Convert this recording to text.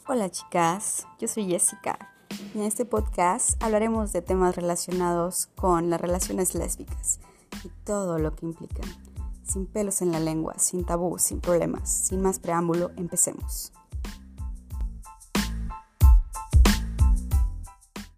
Hola chicas, yo soy Jessica y en este podcast hablaremos de temas relacionados con las relaciones lésbicas y todo lo que implican. Sin pelos en la lengua, sin tabú, sin problemas, sin más preámbulo, empecemos.